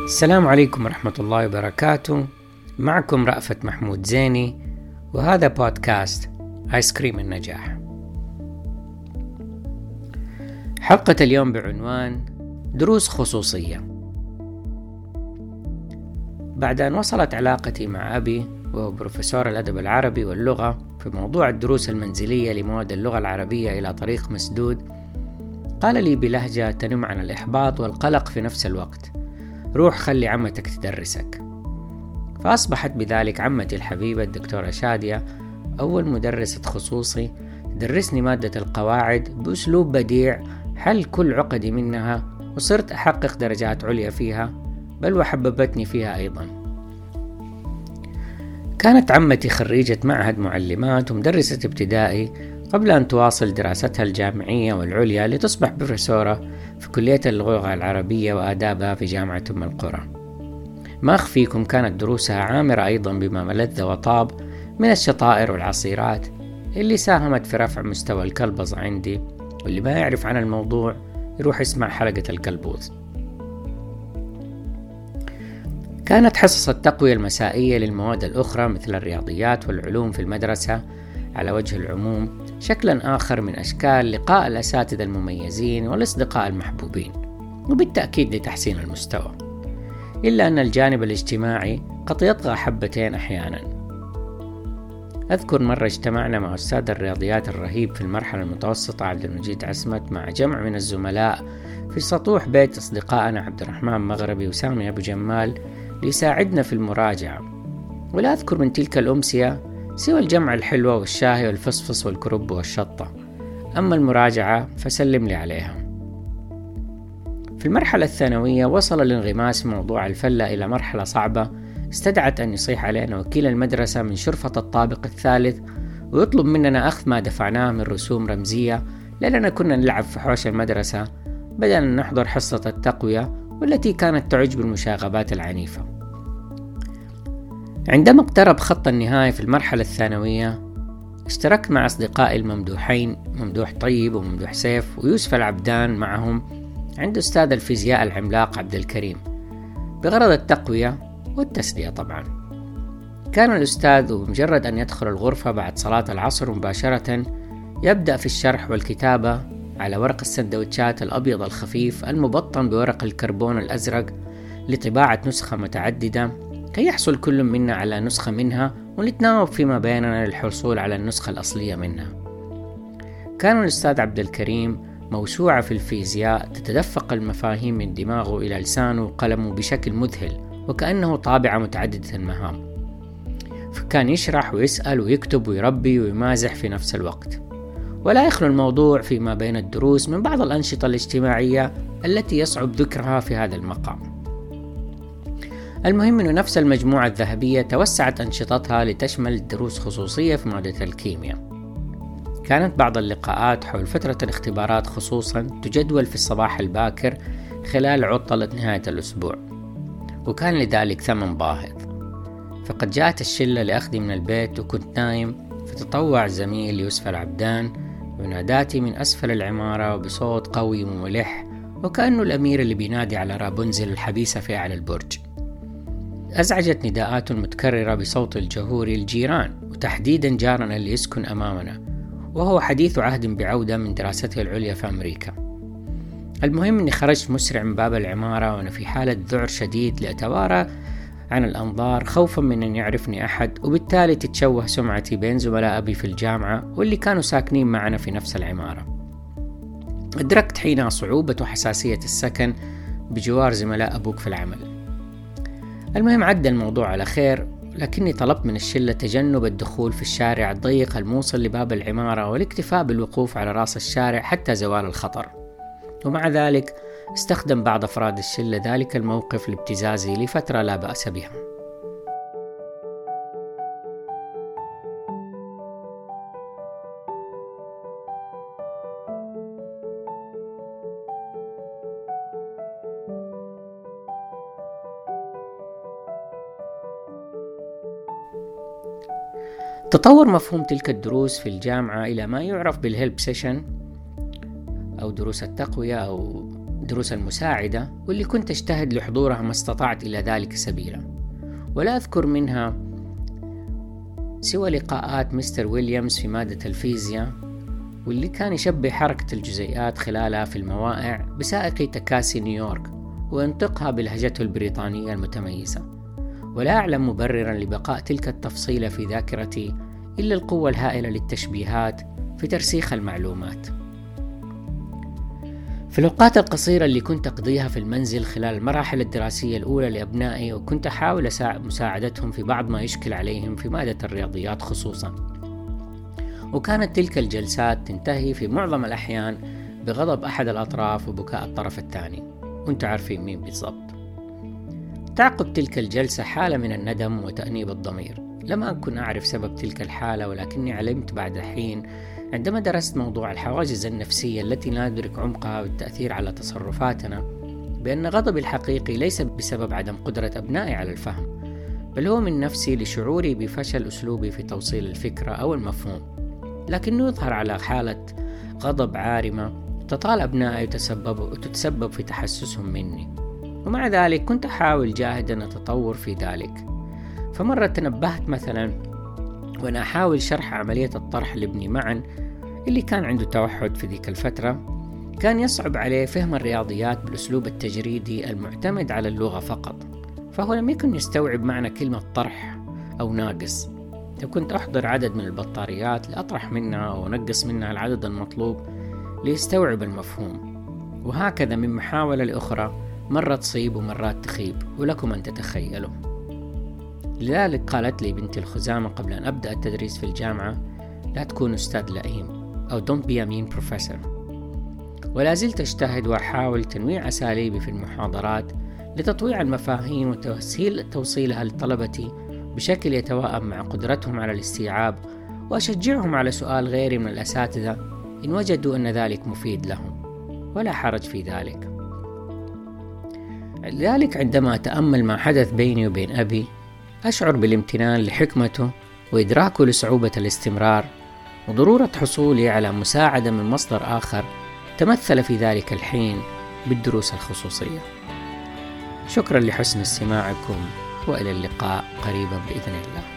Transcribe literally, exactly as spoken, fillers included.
السلام عليكم ورحمة الله وبركاته. معكم رأفت محمود زيني، وهذا بودكاست آيس كريم النجاح. حلقة اليوم بعنوان دروس خصوصية. بعد أن وصلت علاقتي مع أبي وهو بروفيسور الأدب العربي واللغة في موضوع الدروس المنزلية لمواد اللغة العربية إلى طريق مسدود، قال لي بلهجة تنم عن الإحباط والقلق في نفس الوقت: روح خلي عمتك تدرسك. فأصبحت بذلك عمتي الحبيبة الدكتورة شادية أول مدرسة خصوصي تدرسني مادة القواعد بأسلوب بديع حل كل عقدي منها، وصرت أحقق درجات عليا فيها، بل وحببتني فيها أيضا. كانت عمتي خريجة معهد معلمات ومدرسة ابتدائي قبل أن تواصل دراستها الجامعية والعليا لتصبح بروفيسورة في كلية اللغة العربية وآدابها في جامعة أم القرى. ما أخفيكم كانت دروسها عامرة أيضا بما ملذ وطاب من الشطائر والعصيرات اللي ساهمت في رفع مستوى الكلبز عندي، واللي ما يعرف عن الموضوع يروح يسمع حلقة الكلبوز. كانت حصص التقوية المسائية للمواد الأخرى مثل الرياضيات والعلوم في المدرسة على وجه العموم شكلا آخر من أشكال لقاء الأساتذة المميزين والأصدقاء المحبوبين، وبالتأكيد لتحسين المستوى، إلا أن الجانب الاجتماعي قد يطغى حبتين أحيانا. أذكر مرة اجتمعنا مع أستاذ الرياضيات الرهيب في المرحلة المتوسطة عبد المجيد عسمت مع جمع من الزملاء في سطوح بيت أصدقائنا عبد الرحمن مغربي وسامي أبو جمال ليساعدنا في المراجعة، ولا أذكر من تلك الأمسية سوى الجمع الحلوة والشاهي والفصفص والكرب والشطة، أما المراجعة فسلم لي عليها. في المرحلة الثانوية وصل الانغماس في موضوع الفلة إلى مرحلة صعبة استدعت أن يصيح علينا وكيل المدرسة من شرفة الطابق الثالث ويطلب مننا أخذ ما دفعناه من رسوم رمزية، لأننا كنا نلعب في حوش المدرسة بدل أن نحضر حصة التقوية والتي كانت تعج بالمشاغبات العنيفة. عندما اقترب خط النهاية في المرحلة الثانوية اشتركت مع أصدقائي الممدوحين ممدوح طيب وممدوح سيف ويوسف العبدان معهم عند أستاذ الفيزياء العملاق عبد الكريم بغرض التقوية والتسلية. طبعا كان الأستاذ بمجرد أن يدخل الغرفة بعد صلاة العصر مباشرة يبدأ في الشرح والكتابة على ورق السندوتشات الأبيض الخفيف المبطن بورق الكربون الأزرق لطباعة نسخة متعددة كي يحصل كل منا على نسخة منها ونتناوب فيما بيننا للحصول على النسخة الأصلية منها. كان الأستاذ عبد الكريم موسوعة في الفيزياء تتدفق المفاهيم من دماغه إلى لسانه وقلمه بشكل مذهل، وكأنه طابعة متعددة المهام، فكان يشرح ويسأل ويكتب ويربي ويمازح في نفس الوقت، ولا يخلو الموضوع فيما بين الدروس من بعض الأنشطة الاجتماعية التي يصعب ذكرها في هذا المقام. المهم أن نفس المجموعة الذهبية توسعت أنشطتها لتشمل الدروس خصوصية في مادة الكيمياء. كانت بعض اللقاءات حول فترة الاختبارات خصوصا تجدول في الصباح الباكر خلال عطلة نهاية الأسبوع، وكان لذلك ثمن باهظ. فقد جاءت الشلة لأخذي من البيت وكنت نايم، فتطوع زميل يوسف العبدان وناداتي من أسفل العمارة وبصوت قوي وملح وكأنه الأمير اللي بينادي على رابنزل الحبيسة في أعلى البرج. أزعجت نداءات متكررة بصوت الجهوري الجيران، وتحديدا جارنا اللي يسكن أمامنا وهو حديث عهد بعودة من دراسته العليا في أمريكا. المهم أني خرجت مسرع من باب العمارة وأنا في حالة ذعر شديد لأتوارى عن الأنظار خوفا من أن يعرفني أحد، وبالتالي تتشوه سمعتي بين زملاء أبي في الجامعة واللي كانوا ساكنين معنا في نفس العمارة. أدركت حينها صعوبة وحساسية السكن بجوار زملاء أبوك في العمل. المهم عدى الموضوع على خير، لكني طلبت من الشلة تجنب الدخول في الشارع الضيق الموصل لباب العمارة والاكتفاء بالوقوف على رأس الشارع حتى زوال الخطر. ومع ذلك استخدم بعض أفراد الشلة ذلك الموقف لابتزازي لفترة لا بأس بها. تطور مفهوم تلك الدروس في الجامعة إلى ما يعرف بالهيلب سيشن أو دروس التقوية أو الدروس المساعدة واللي كنت أجتهد لحضورها ما استطعت إلى ذلك سبيلا، ولا أذكر منها سوى لقاءات مستر ويليامز في مادة الفيزياء، واللي كان يشبه حركة الجزيئات خلالها في الموائع بسائق تكاسي نيويورك وينطقها بلهجته البريطانية المتميزة. ولا أعلم مبررا لبقاء تلك التفصيلة في ذاكرتي إلا القوة الهائلة للتشبيهات في ترسيخ المعلومات. في الأوقات القصيرة اللي كنت أقضيها في المنزل خلال المراحل الدراسية الأولى لأبنائي، وكنت أحاول مساعدتهم في بعض ما يشكل عليهم في مادة الرياضيات خصوصا، وكانت تلك الجلسات تنتهي في معظم الأحيان بغضب أحد الأطراف وبكاء الطرف الثاني، وانتم عارفين مين بالضبط. تعقب تلك الجلسة حالة من الندم وتأنيب الضمير. لم أكن أعرف سبب تلك الحالة، ولكني علمت بعد حين عندما درست موضوع الحواجز النفسية التي لا ندرك عمقها والتأثير على تصرفاتنا، بأن غضبي الحقيقي ليس بسبب عدم قدرة أبنائي على الفهم، بل هو من نفسي لشعوري بفشل أسلوبي في توصيل الفكرة أو المفهوم، لكنه يظهر على حالة غضب عارمة تطال أبنائي وتسبب, وتتسبب في تحسسهم مني، ومع ذلك كنت أحاول جاهدا أتطور في ذلك. فمرة تنبهت مثلا وأنا أحاول شرح عملية الطرح لابني معا اللي كان عنده توحد في ذيك الفترة، كان يصعب عليه فهم الرياضيات بالأسلوب التجريدي المعتمد على اللغة فقط، فهو لم يكن يستوعب معنى كلمة طرح أو ناقص. كنت أحضر عدد من البطاريات لأطرح منها أو أنقص منها العدد المطلوب ليستوعب المفهوم، وهكذا من محاولة لأخرى، مرة تصيب ومرات تخيب، ولكم أن تتخيلوا. لذلك قالت لي بنتي الخزامة قبل أن أبدأ التدريس في الجامعة: لا تكون أستاذ لئيم، أو don't be a mean professor. ولا زلت أجتهد وأحاول تنويع أساليبي في المحاضرات لتطويع المفاهيم وتسهيل توصيلها لطلبتي بشكل يتوائم مع قدرتهم على الاستيعاب، وأشجعهم على سؤال غيري من الأساتذة إن وجدوا أن ذلك مفيد لهم، ولا حرج في ذلك. لذلك عندما أتأمل ما حدث بيني وبين أبي أشعر بالامتنان لحكمته وإدراكه لصعوبة الاستمرار وضرورة حصولي على مساعدة من مصدر آخر تمثل في ذلك الحين بالدروس الخصوصية. شكرا لحسن استماعكم، وإلى اللقاء قريبا بإذن الله.